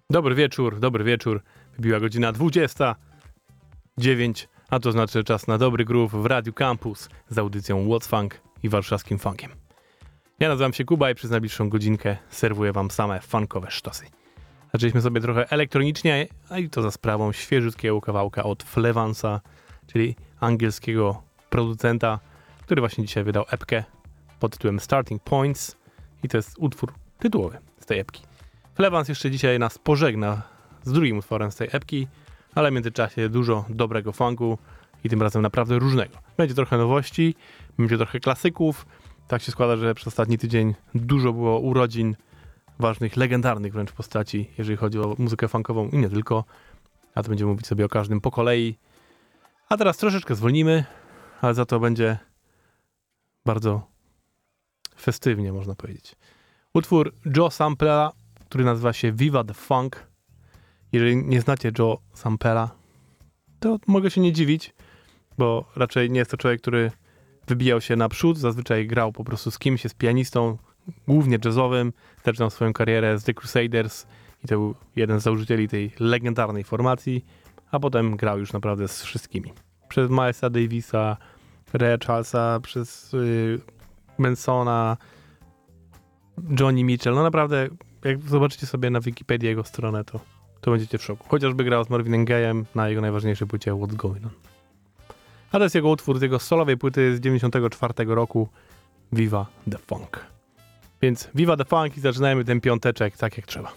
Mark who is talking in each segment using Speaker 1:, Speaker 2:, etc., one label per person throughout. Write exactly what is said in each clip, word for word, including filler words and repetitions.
Speaker 1: Dobry wieczór, dobry wieczór. Wybiła godzina dwudziesta dziewięć, a to znaczy czas na dobry groove w Radiu Campus z audycją What's Funk i warszawskim funkiem. Ja nazywam się Kuba i przez najbliższą godzinkę serwuję wam same funkowe sztosy. Zaczęliśmy sobie trochę elektronicznie, a i to za sprawą świeżutkiego kawałka od Flevansa, czyli angielskiego producenta, który właśnie dzisiaj wydał epkę pod tytułem Starting Points i to jest utwór tytułowy z tej epki. Flevans jeszcze dzisiaj nas pożegna z drugim utworem z tej epki, ale w międzyczasie dużo dobrego funku i tym razem naprawdę różnego. Będzie trochę nowości, będzie trochę klasyków. Tak się składa, że przez ostatni tydzień dużo było urodzin ważnych, legendarnych wręcz postaci, jeżeli chodzi o muzykę funkową i nie tylko. A to będziemy mówić sobie o każdym po kolei. A teraz troszeczkę zwolnimy, ale za to będzie bardzo festywnie, można powiedzieć. Utwór Joe Sampera, który nazywa się Viva the Funk. Jeżeli nie znacie Joe Sampera, to mogę się nie dziwić, bo raczej nie jest to człowiek, który wybijał się naprzód. Zazwyczaj grał po prostu z kimś, jest pianistą, głównie jazzowym. Zaczynał swoją karierę z The Crusaders i to był jeden z założycieli tej legendarnej formacji, a potem grał już naprawdę z wszystkimi. Przez Milesa Davisa, Raya Charlesa, przez yy, Mansona, Johnny Mitchell. No naprawdę, jak zobaczycie sobie na Wikipedii jego stronę, to, to będziecie w szoku. Chociażby grał z Marvinem Gayem na jego najważniejszej płycie What's Going On. A to jest jego utwór z jego solowej płyty z dziewięćdziesiątego czwartego roku Viva the Funk. Więc Viva the Funk i zaczynajmy ten piąteczek tak jak trzeba.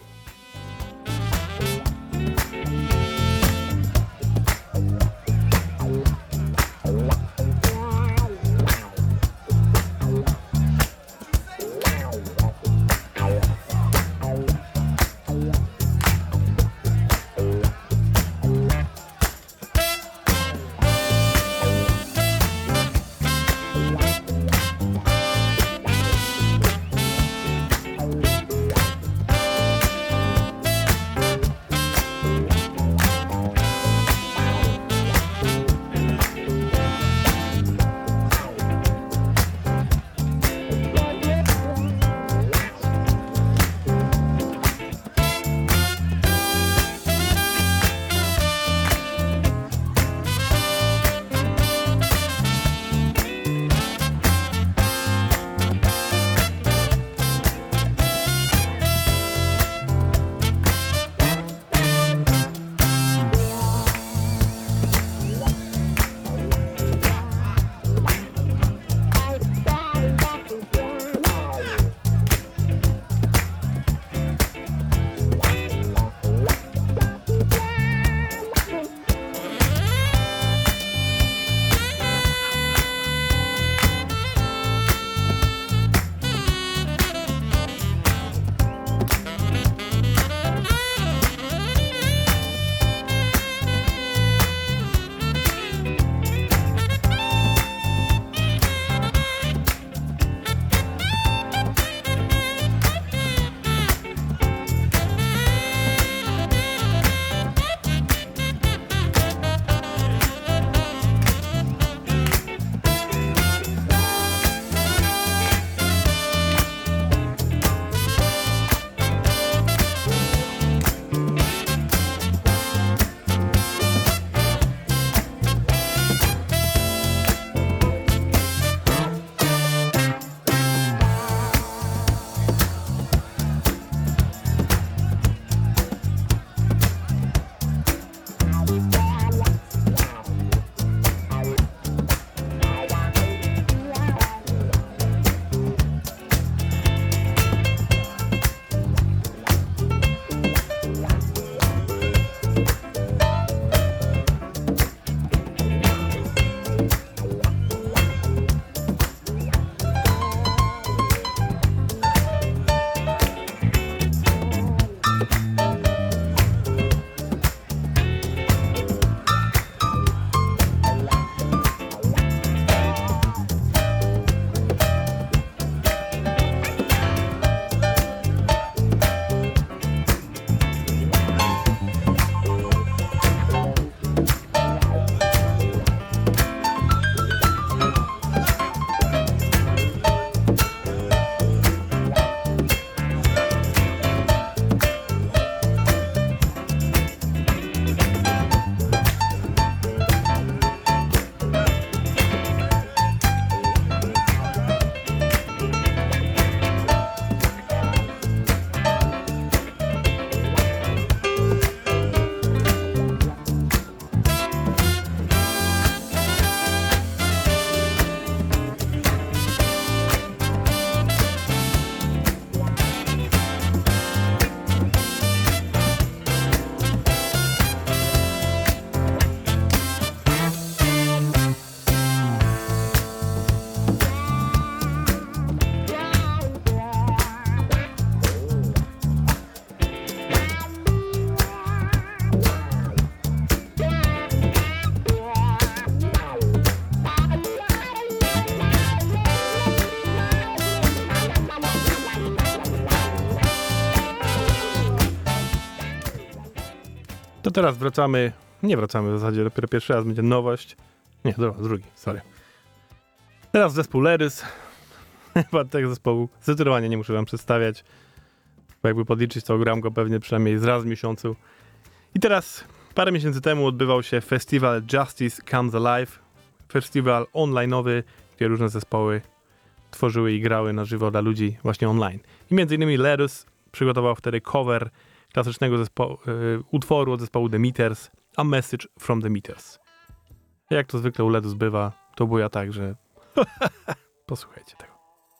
Speaker 1: To teraz wracamy, nie wracamy w zasadzie, dopiero pierwszy raz będzie nowość. Nie, dobra, drugi, sorry. Teraz zespół Lerys. Chyba tego zespołu zdecydowanie nie muszę wam przedstawiać, bo jakby podliczyć, to gram go pewnie przynajmniej raz w miesiącu. I teraz parę miesięcy temu odbywał się festiwal Justice Comes Alive. Festiwal online'owy, gdzie różne zespoły tworzyły i grały na żywo dla ludzi właśnie online. I między innymi Lerys przygotował wtedy cover klasycznego zespołu, y, utworu od zespołu The Meters, A Message from the Meters. Jak to zwykle u Lerys bywa, to było ja tak, że posłuchajcie tego.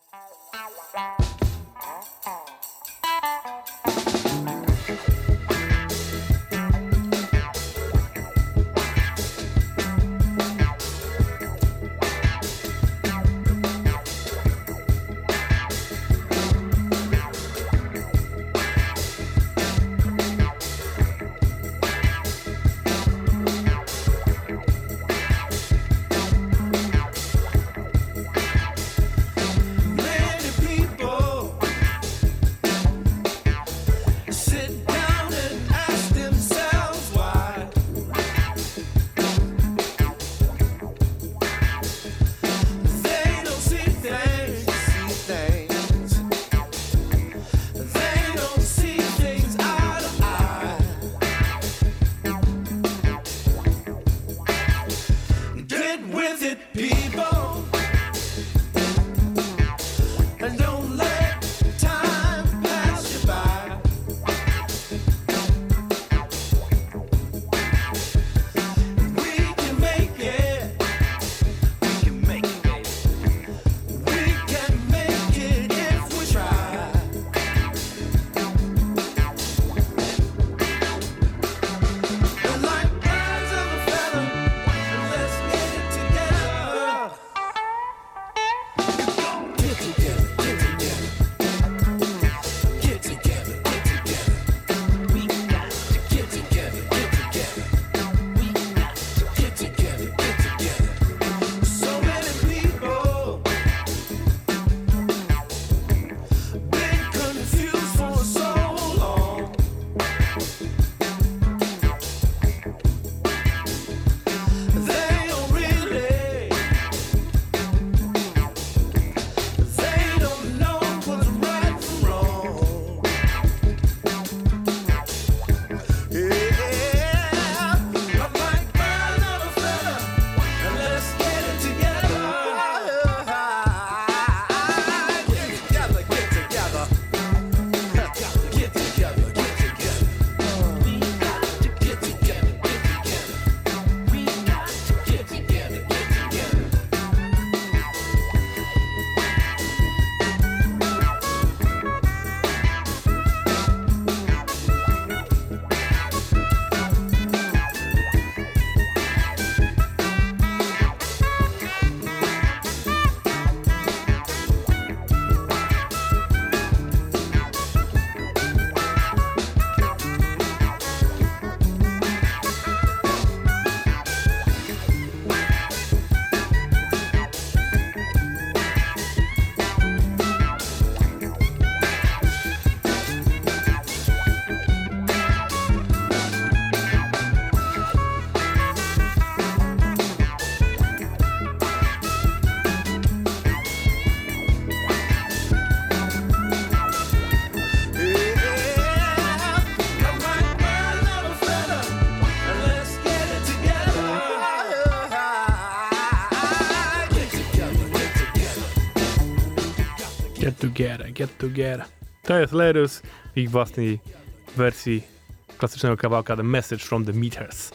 Speaker 1: Get together, get together. To jest Lerys w ich własnej wersji klasycznego kawałka The Message from the Meters.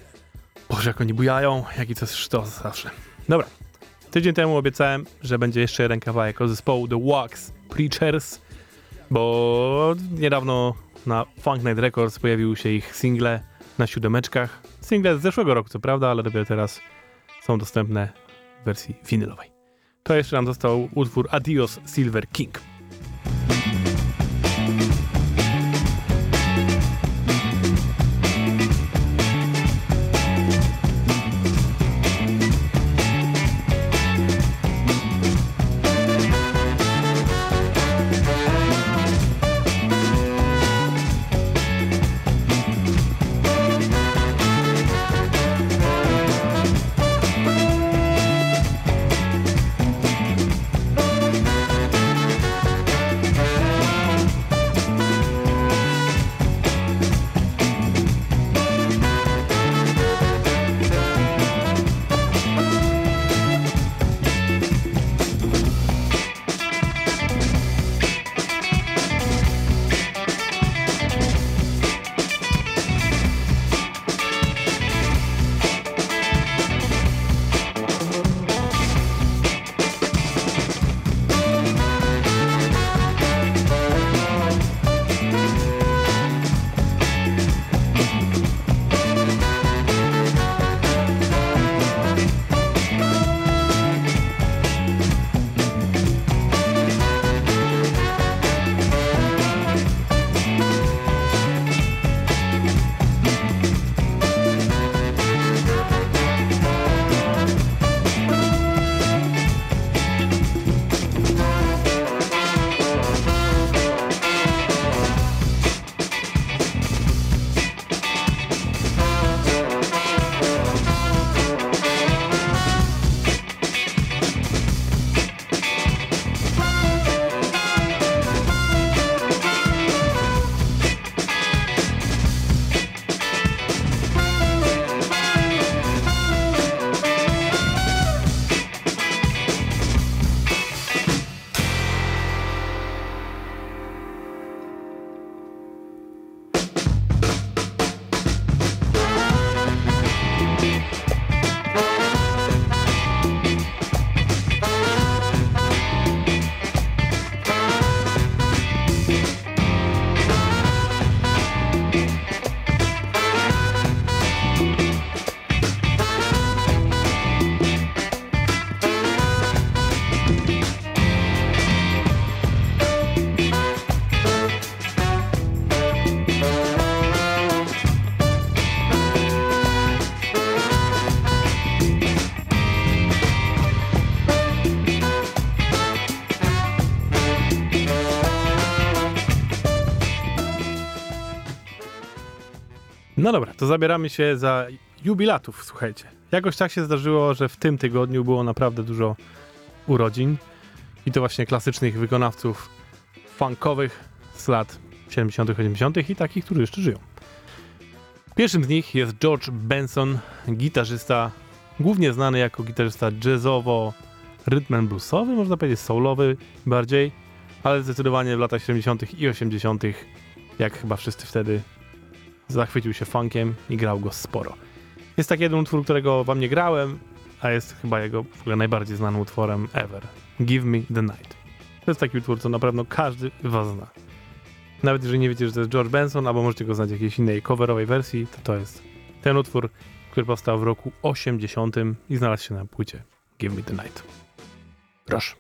Speaker 1: Boże, jak oni bujają, jaki to jest sztos zawsze. Dobra, tydzień temu obiecałem, że będzie jeszcze jeden kawałek od zespołu The Wax Preachers, bo niedawno na Funk Night Records pojawiły się ich single na siódemeczkach. Single z zeszłego roku, co prawda, ale dopiero teraz są dostępne w wersji winylowej. To jeszcze nam został utwór Adios Silver King. No dobra, to zabieramy się za jubilatów, słuchajcie. Jakoś tak się zdarzyło, że w tym tygodniu było naprawdę dużo urodzin i to właśnie klasycznych wykonawców funkowych z lat siedemdziesiątych, osiemdziesiątych i takich, którzy jeszcze żyją. Pierwszym z nich jest George Benson, gitarzysta, głównie znany jako gitarzysta jazzowo, rhythm and bluesowy, można powiedzieć soulowy bardziej, ale zdecydowanie w latach siedemdziesiątych i osiemdziesiątych, jak chyba wszyscy wtedy, zachwycił się funkiem i grał go sporo. Jest taki jeden utwór, którego wam nie grałem, a jest chyba jego w ogóle najbardziej znanym utworem ever. Give Me The Night. To jest taki utwór, co na pewno każdy was zna. Nawet jeżeli nie wiecie, że to jest George Benson, albo możecie go znać w jakiejś innej coverowej wersji, to to jest ten utwór, który powstał w roku osiemdziesiątym i znalazł się na płycie Give Me The Night. Proszę.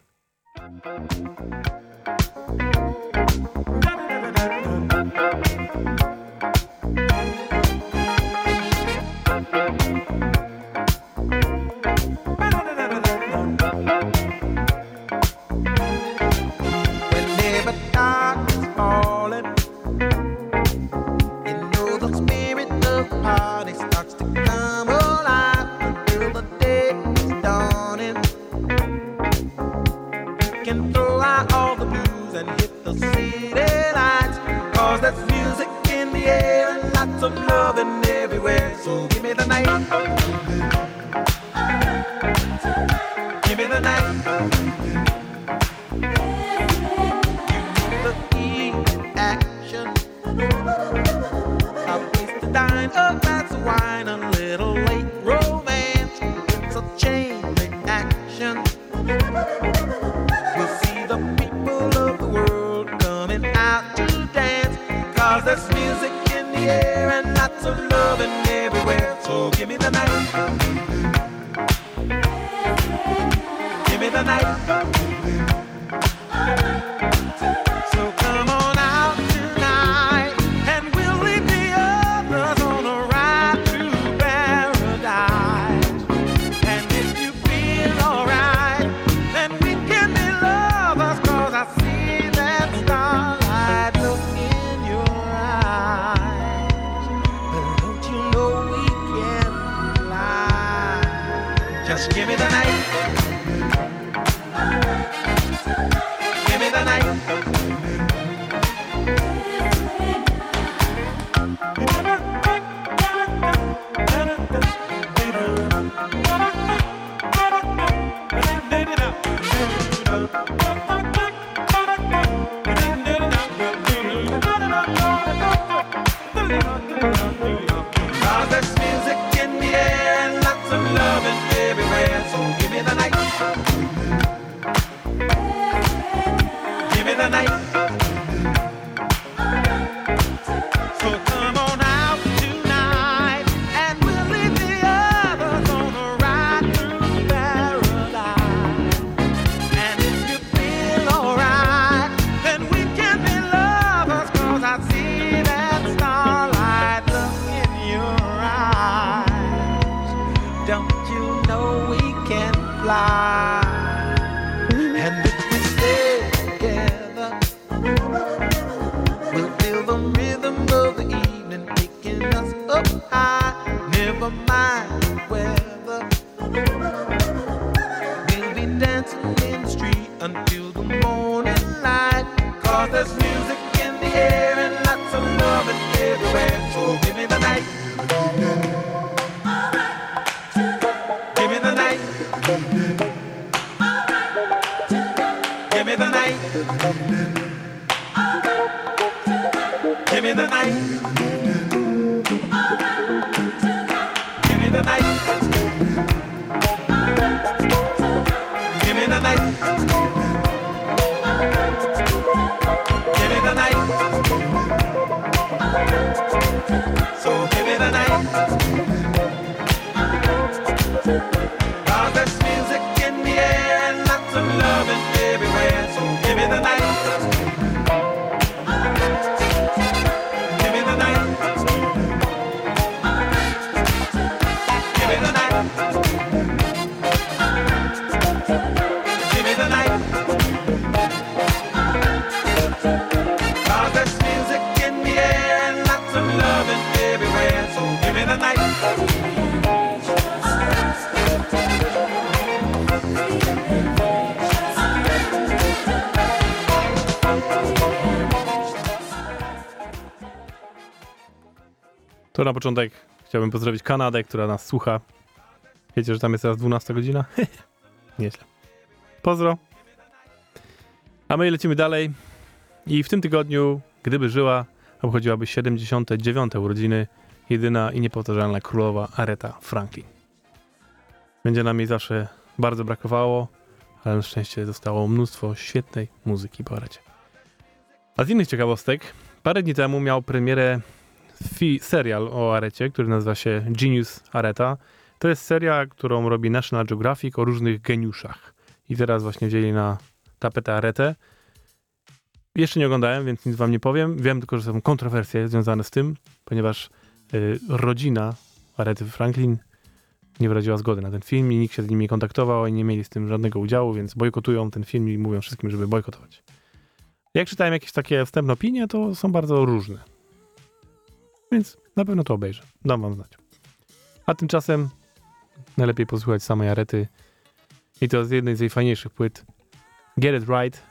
Speaker 2: Give me the night.
Speaker 1: To na początek chciałbym pozdrowić Kanadę, która nas słucha. Wiecie, że tam jest teraz dwunasta godzina? Nieźle. Pozdro. A my lecimy dalej. I w tym tygodniu, gdyby żyła, obchodziłaby siedemdziesiąte dziewiąte urodziny jedyna i niepowtarzalna królowa Aretha Franklin. Będzie nam jej zawsze bardzo brakowało, ale na szczęście zostało mnóstwo świetnej muzyki po Arecie. A z innych ciekawostek, parę dni temu miał premierę fi- serial o Arecie, który nazywa się Genius Aretha. To jest seria, którą robi National Geographic o różnych geniuszach. I teraz właśnie wzięli na tapetę Arethę. Jeszcze nie oglądałem, więc nic wam nie powiem. Wiem tylko, że są kontrowersje związane z tym, ponieważ y, rodzina Arethy Franklin nie wyraziła zgody na ten film i nikt się z nimi nie kontaktował i nie mieli z tym żadnego udziału, więc bojkotują ten film i mówią wszystkim, żeby bojkotować. Jak czytałem jakieś takie wstępne opinie, to są bardzo różne. Więc na pewno to obejrzę. Dam wam znać. A tymczasem najlepiej posłuchać samej Arethy i to z jednej z jej fajniejszych płyt Get It Right.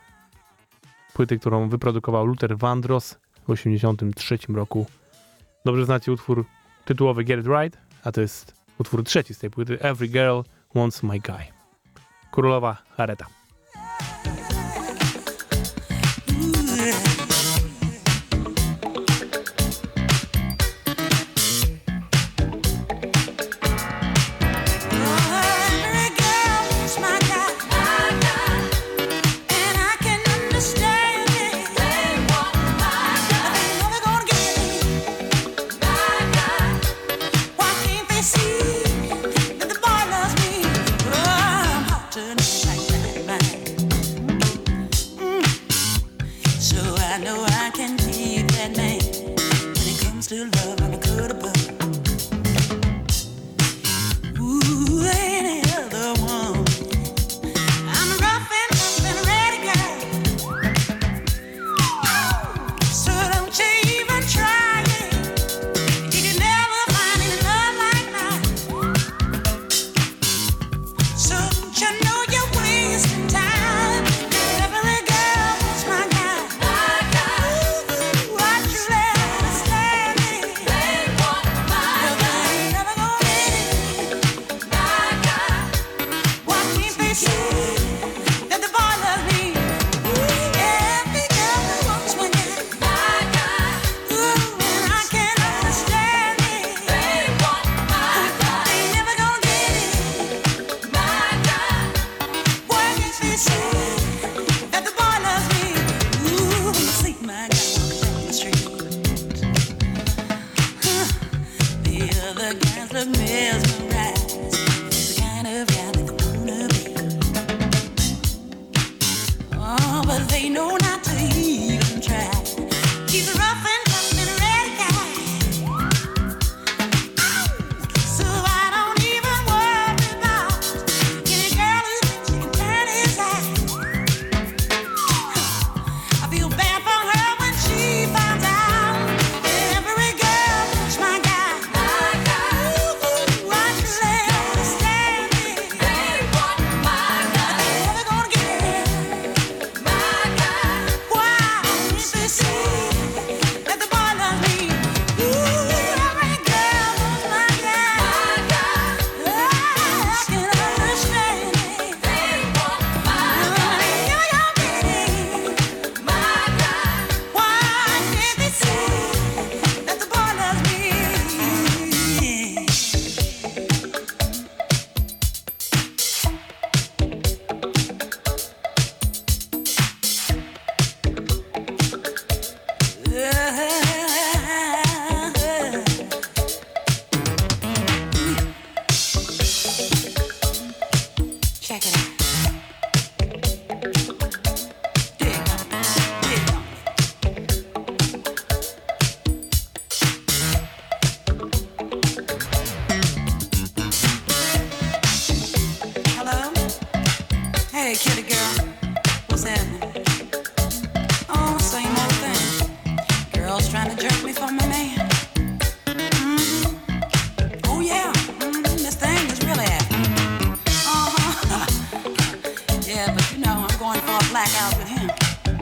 Speaker 1: Płyty, którą wyprodukował Luther Vandross w osiemdziesiątym trzecim roku. Dobrze znacie utwór tytułowy Get It Right, a to jest utwór trzeci z tej płyty Every Girl Wants My Guy. Królowa Aretha.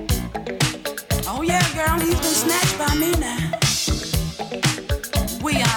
Speaker 2: Oh yeah, girl, he's been snatched by me now. We are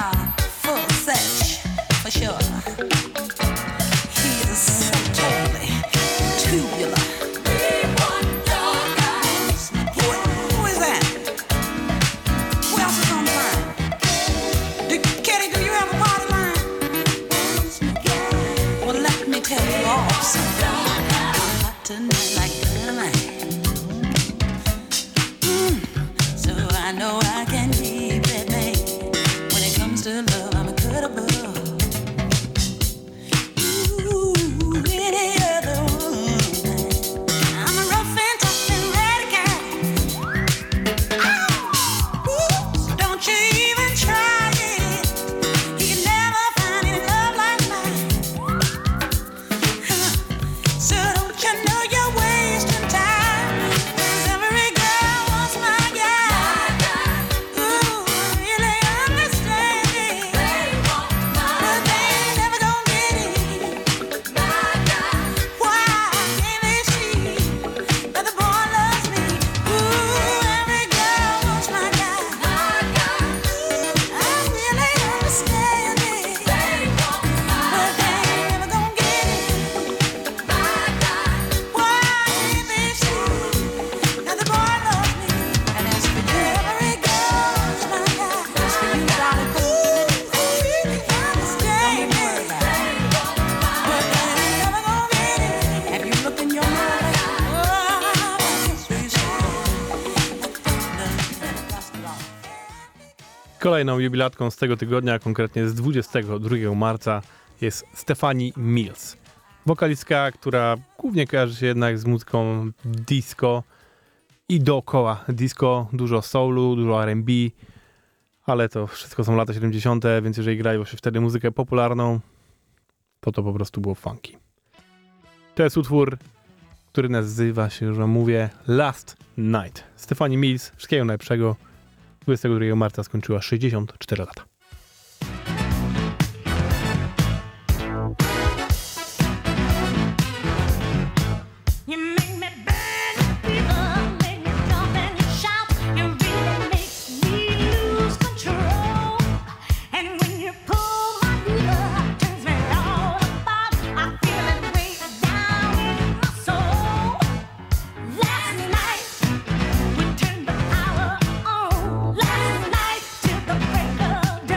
Speaker 2: know I can keep that man. When it comes to love, I'm incredible.
Speaker 1: Kolejną jubilatką z tego tygodnia, konkretnie z dwudziestego drugiego marca, jest Stephanie Mills. Wokalistka, która głównie kojarzy się jednak z muzyką disco i dookoła disco, dużo soulu, dużo R and B, ale to wszystko są lata siedemdziesiąte, więc jeżeli grają się wtedy muzykę popularną, to to po prostu było funky. To jest utwór, który nazywa się, że mówię, Last Night. Stephanie Mills, wszystkiego najlepszego. dwudziestego drugiego marca skończyła sześćdziesiąt cztery lata.
Speaker 3: Last night till the break of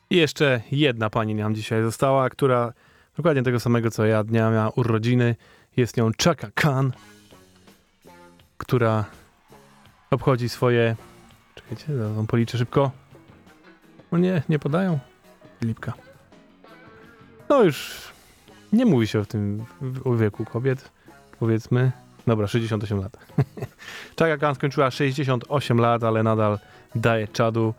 Speaker 1: I jeszcze jedna pani nam dzisiaj została, która dokładnie tego samego co ja dnia miała urodziny. Jest nią Chaka Khan, która obchodzi swoje... Czekajcie, zaraz wam policzę szybko. O nie, nie podają. Lipka. No już nie mówi się o tym o wieku kobiet, powiedzmy. Dobra, sześćdziesiąt osiem lat. Chaka Khan skończyła sześćdziesiąt osiem lat, ale nadal daje czadu.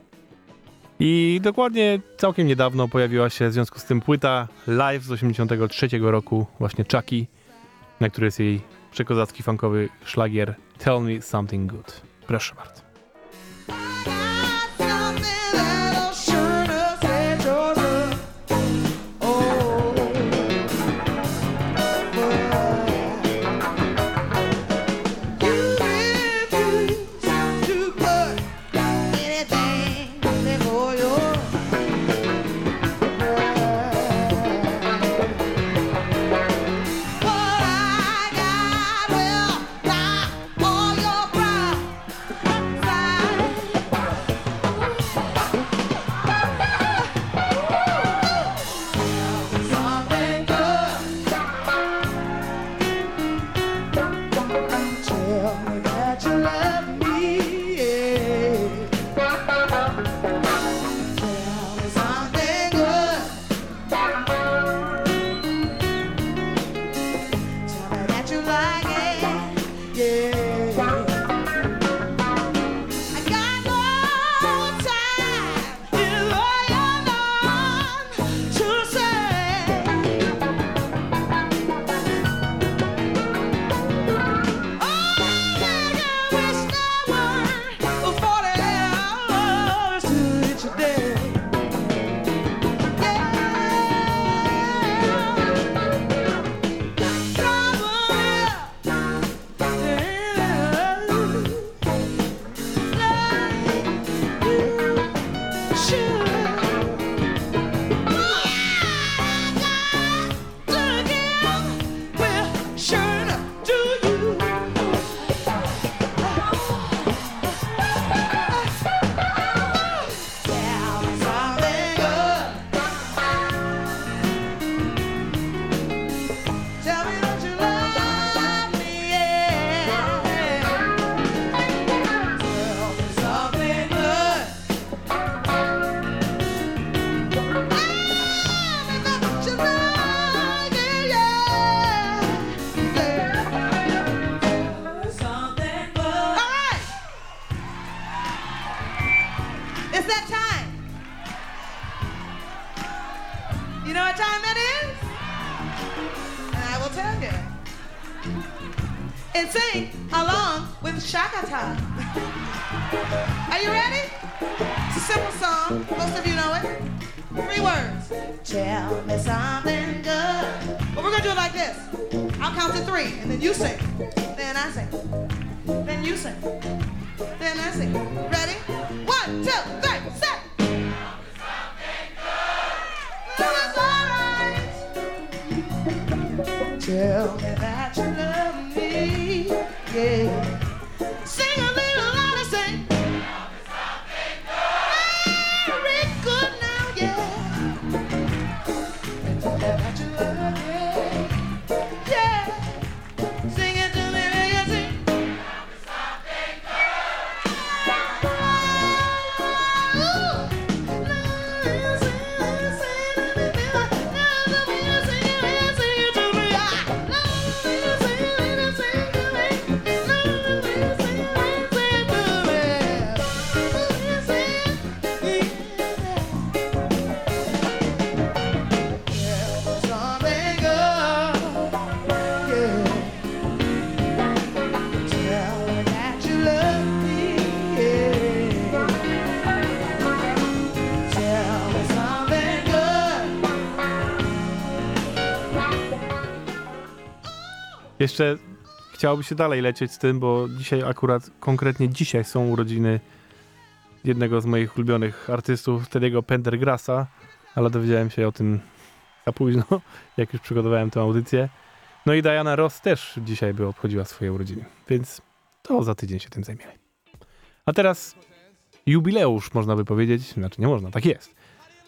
Speaker 1: I dokładnie całkiem niedawno pojawiła się w związku z tym płyta live z osiemdziesiątego trzeciego roku, właśnie Chucky, na której jest jej przekozacki funkowy szlagier Tell Me Something Good. Proszę bardzo.
Speaker 3: And sing along with Chaka Khan. Are you ready? It's a simple song. Most of you know it. Three words. Tell me something good. But we're gonna do it like this. I'll count to three, and then you sing. Then I sing. Then you sing. Then I sing. Ready? One, two, three, set. Tell me that you love me, yeah. Sing a little louder, sing. Tell me something good. Very good now, yeah. And tell me that you love me, yeah. Sing it to me, yeah, sing. Tell me something good. Ooh.
Speaker 1: Jeszcze chciałoby się dalej lecieć z tym, bo dzisiaj akurat, konkretnie dzisiaj są urodziny jednego z moich ulubionych artystów, Teddy'ego Pendergrassa, ale dowiedziałem się o tym za późno, jak już przygotowałem tę audycję. No i Diana Ross też dzisiaj by obchodziła swoje urodziny, więc to za tydzień się tym zajmiemy. A teraz jubileusz, można by powiedzieć, znaczy nie można, tak jest.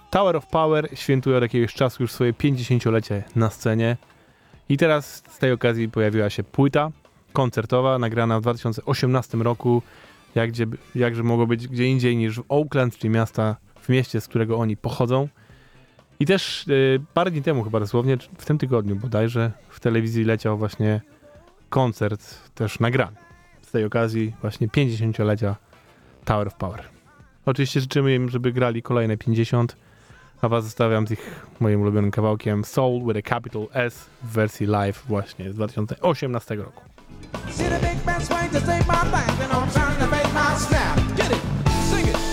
Speaker 1: Tower of Power świętuje od jakiegoś czasu już swoje pięćdziesięciolecie na scenie i teraz z tej okazji pojawiła się płyta koncertowa nagrana w dwa tysiące osiemnastym roku, jak gdzie, jakże mogło być gdzie indziej niż w Oakland, czyli miasta, w mieście, z którego oni pochodzą. I też yy, parę dni temu chyba dosłownie, w tym tygodniu bodajże, w telewizji leciał właśnie koncert też nagrany. Z tej okazji właśnie pięćdziesięciolecia Tower of Power. Oczywiście życzymy im, żeby grali kolejne pięćdziesiąt, a was zostawiam z ich moim ulubionym kawałkiem Soul with a capital S w wersji live właśnie z dwa tysiące osiemnastego roku.
Speaker 4: See the big band swing to take my thing, and I'm trying to make my snap. Get it, sing it.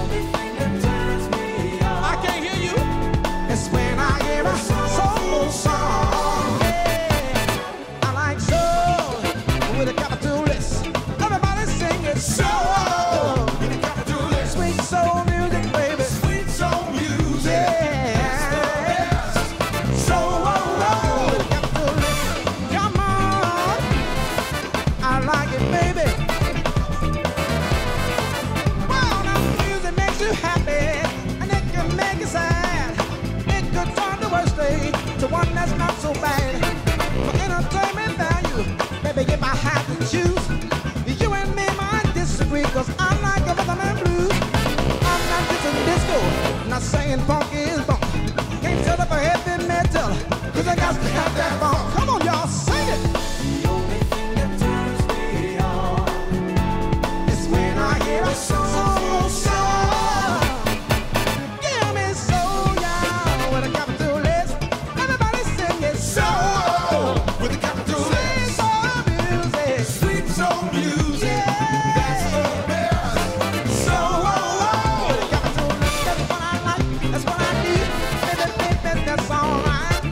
Speaker 4: I can't hear you. It's when I hear a soul song. Yeah, I like soul with a capital S. Everybody sing it. Soul with a capital S. Sweet soul music, baby. Sweet soul music. Yeah. Soul with a capital S. Come on. I like it, baby. Well, now music makes you happy, and it can make you sad. It could turn the worst day to one that's not so bad. For entertainment value, baby, if I had to choose, you and me might disagree, cause I like the rhythm and blues. I'm not dissing disco, not saying funk is funk. Can't tell up a heavy metal, cause I got to have that funk. Come on, y'all, sing it. Soul, soul, give me soul, y'all, with a capital S. Everybody sing it. Soul, with a capital S. Sweet soul music. Sweet soul music. Yeah. That's the best. Soul, with a capital S. That's what I like. That's what I need. Baby, baby, that's all right.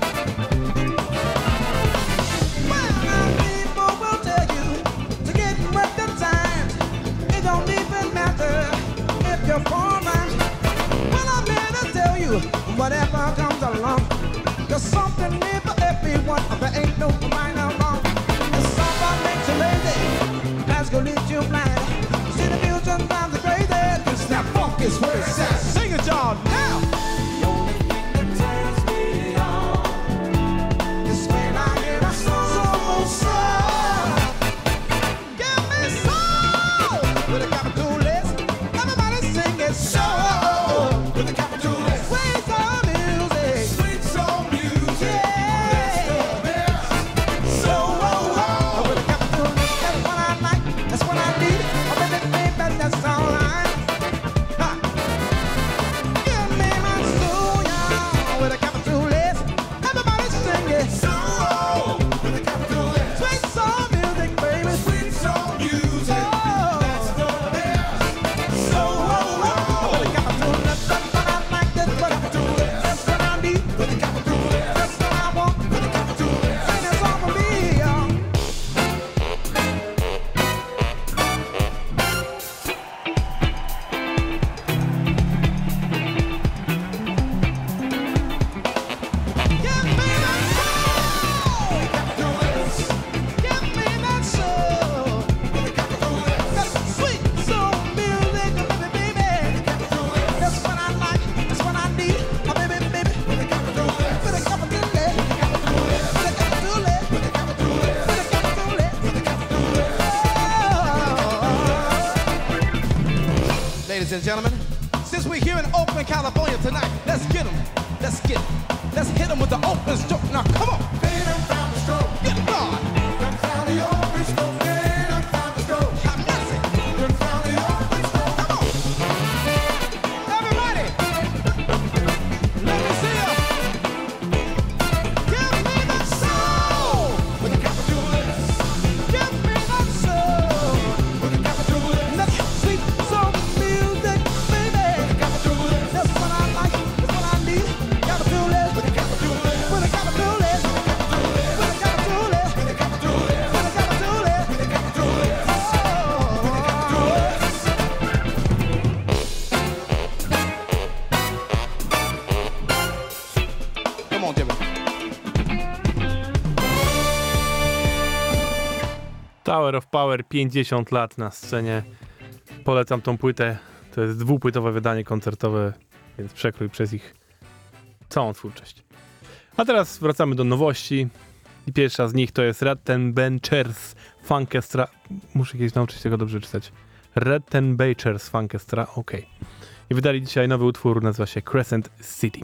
Speaker 4: Well, now people will tell you to get with the times. It don't even matter if you're poor man. Well, I'm here to tell you, whatever comes along, there's something here for everyone. There ain't no right or wrong. If someone makes you lazy, that's gonna lead you blind. See the future drives you crazy. This that funk is where it's at. Sing it, y'all, now. The only thing that turns me on is when I hear a soul song. Give me soul with a capital S. Everybody sing it. Soul with a capital S. Sweet soul music. Sweet soul music. Yeah. That's the best. Soul with a capital S. That's what I like. That's what I need. Oh, baby, baby, that's all right. Ha. Give me my soul, y'all, with a capital S. Everybody sing it. Soul with a capital S. Sweet soul music, baby. Sweet soul music. Oh. That's the best. Soul with a capital S. That's what I like. That's what I do. That's what I need. With a capital S. That's what I want. With a capital S. Sing this song for me, y'all. Give me that soul. Give me that soul. That's sweet soul music, baby, baby. That's what I like. That's what I need. Oh, baby, baby. With a capital S. With a capital S. With a capital S. With a capital S. With a capital S. With a capital S. Ladies and gentlemen, since we're here in Oakland, California tonight, let's get 'em. Let's get 'em. Let's hit 'em with the Oakland stroke. Now, come on. Good God. Have mercy. Come on. Everybody. Let me see ya. Give me that soul. With a capital S. Give me that soul. With a capital S. That's sweet soul music, baby. With a capital S. That's what I like. That's what I need. Capital S. With a capital S. With a capital S. With a capital S. With a capital S. With a capital S. With a capital S. Come on, Jimmy.
Speaker 1: Tower of Power, pięćdziesiąt lat na scenie. Polecam tą płytę. To jest dwupłytowe wydanie koncertowe. więc przekrój przez ich całą twórczość. A teraz wracamy do nowości i pierwsza z nich to jest Rattenbachers Funkestra. Muszę kiedyś nauczyć tego dobrze czytać. Rattenbachers Funkestra, ok. I wydali dzisiaj nowy utwór, nazywa się Crescent City.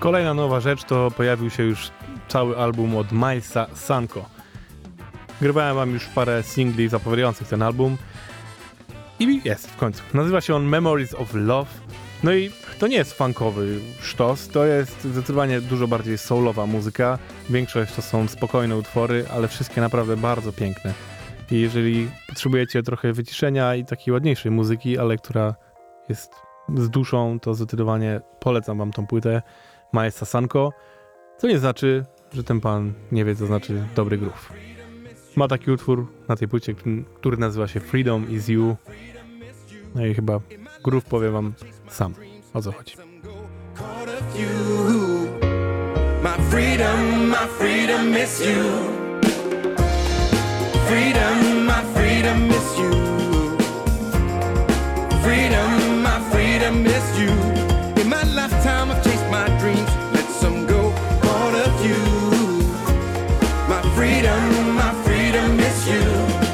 Speaker 1: Kolejna nowa rzecz to pojawił się już cały album od Milesa Sanko. Grywałem wam już parę singli zapowiadających ten album i jest w końcu. Nazywa się on Memories of Love. No i to nie jest funkowy sztos, to jest zdecydowanie dużo bardziej soulowa muzyka. Większość to są spokojne utwory, ale wszystkie naprawdę bardzo piękne. I jeżeli potrzebujecie trochę wyciszenia i takiej ładniejszej muzyki, ale która jest z duszą, to zdecydowanie polecam wam tą płytę Milesa Sanko, co nie znaczy, że ten pan nie wie, co znaczy dobry groove. Ma taki utwór na tej płycie, który nazywa się Freedom is You. No i chyba groove powie wam sam, o co chodzi.
Speaker 5: My freedom, my freedom is you. Freedom, my freedom is you. Freedom, my freedom is you. In my lifetime I've chased my dreams, let some go, part of you. My freedom, my freedom is you.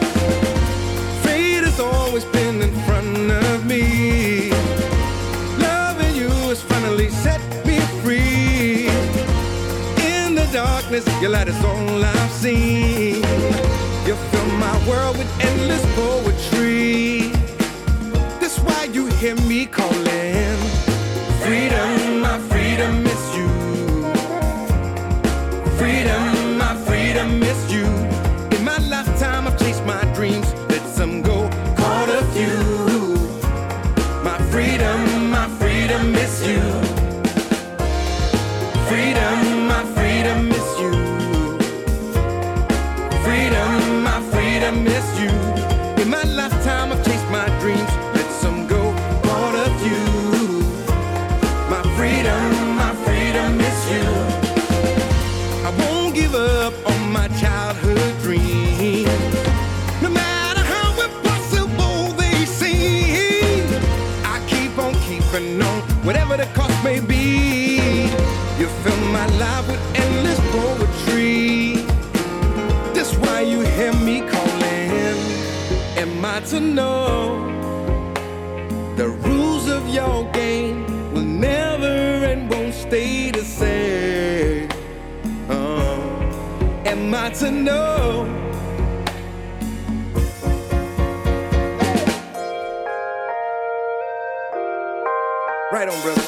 Speaker 5: Fate has always been in front of me. Loving you has finally set me free. In the darkness, your light is all I've seen. You fill my world with endless poetry. That's why you hear me calling. Freedom, my freedom is you. Freedom, my freedom is you. In my lifetime I've chased my dreams, let some go, part of you. My freedom, my freedom is you. Freedom, my freedom is you. Freedom, my freedom is you. In my lifetime I've chased my dreams, let some go, part of you. My freedom, my freedom is you. I won't give up on my childhood dreams, no matter how impossible they seem. I keep on keeping on, whatever the cost may be. You fill my life with endless poetry. That's why you hear me calling. Am I to know the rules of your game will never and won't stay the same? Uh, am I to know? Right on, brother.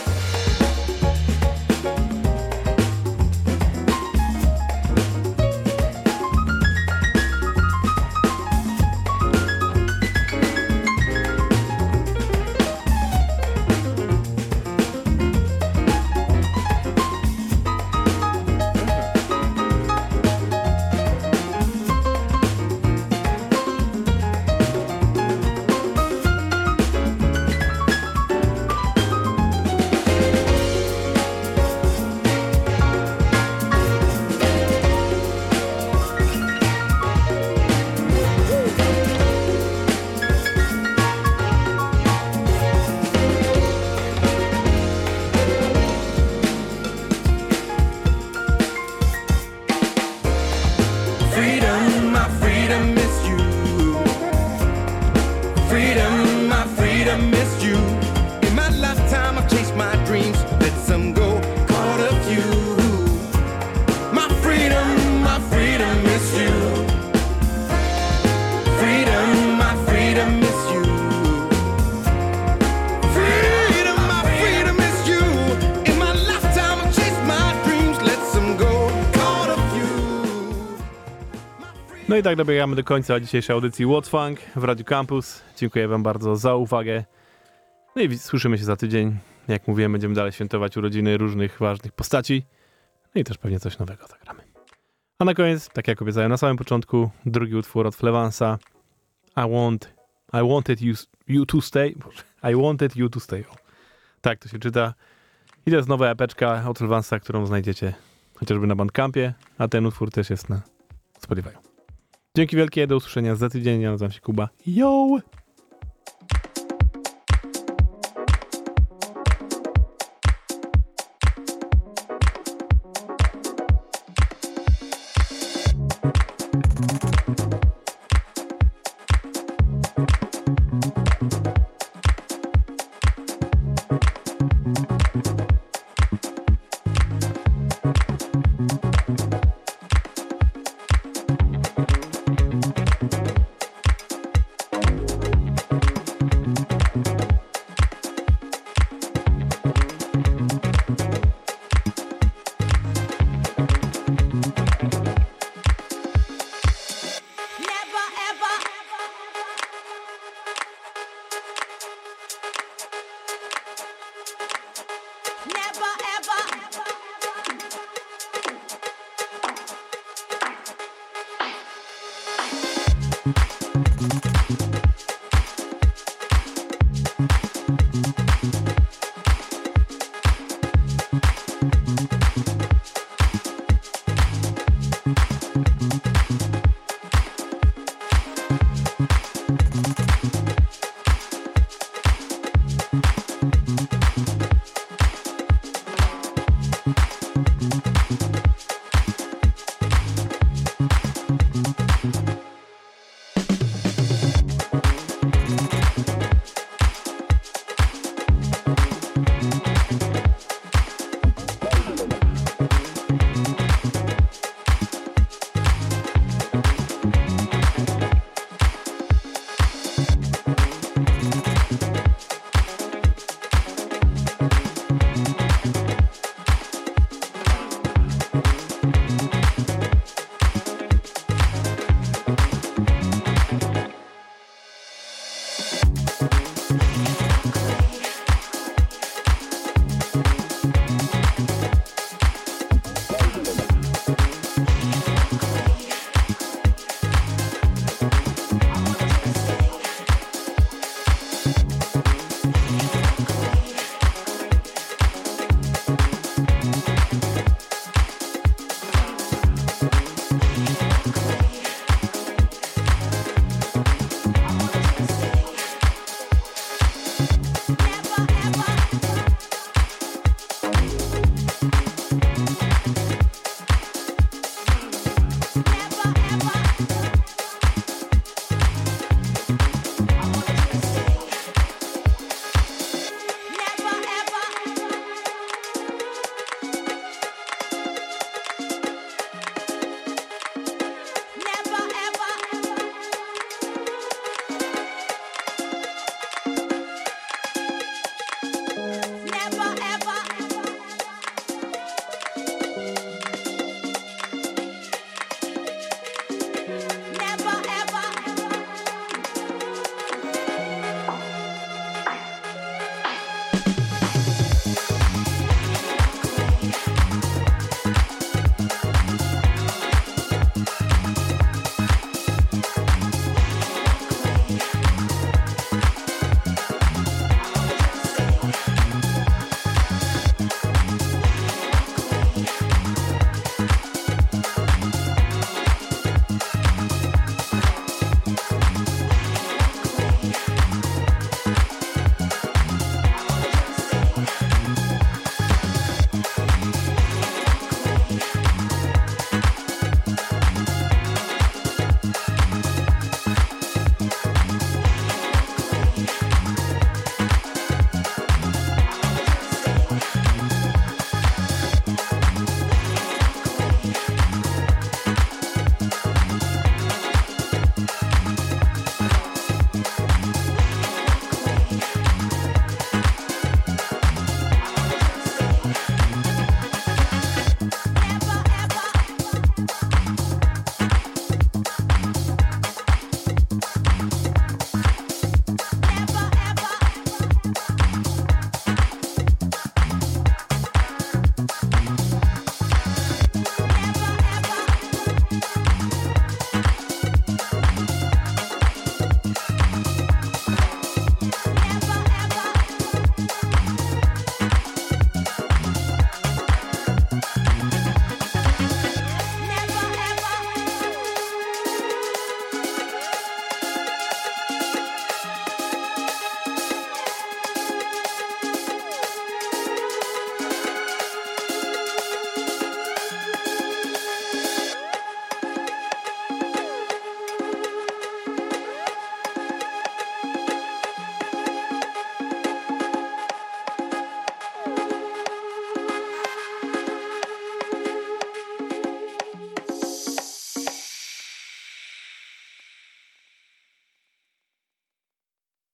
Speaker 1: No i tak dobiegamy do końca dzisiejszej audycji What's Funk w Radiu Campus. Dziękuję wam bardzo za uwagę. No i słyszymy się za tydzień. Jak mówiłem, będziemy dalej świętować urodziny różnych ważnych postaci. No i też pewnie coś nowego zagramy. A na koniec, tak jak obiecałem na samym początku, drugi utwór od Flevansa. I want, I wanted you, you to stay. Boże, I wanted you to stay. O, tak to się czyta. I to jest nowa epeczka od Flevansa, którą znajdziecie chociażby na Bandcampie, a ten utwór też jest na Spotify. Dzięki wielkie, do usłyszenia za tydzień. Ja nazywam się Kuba. Yo!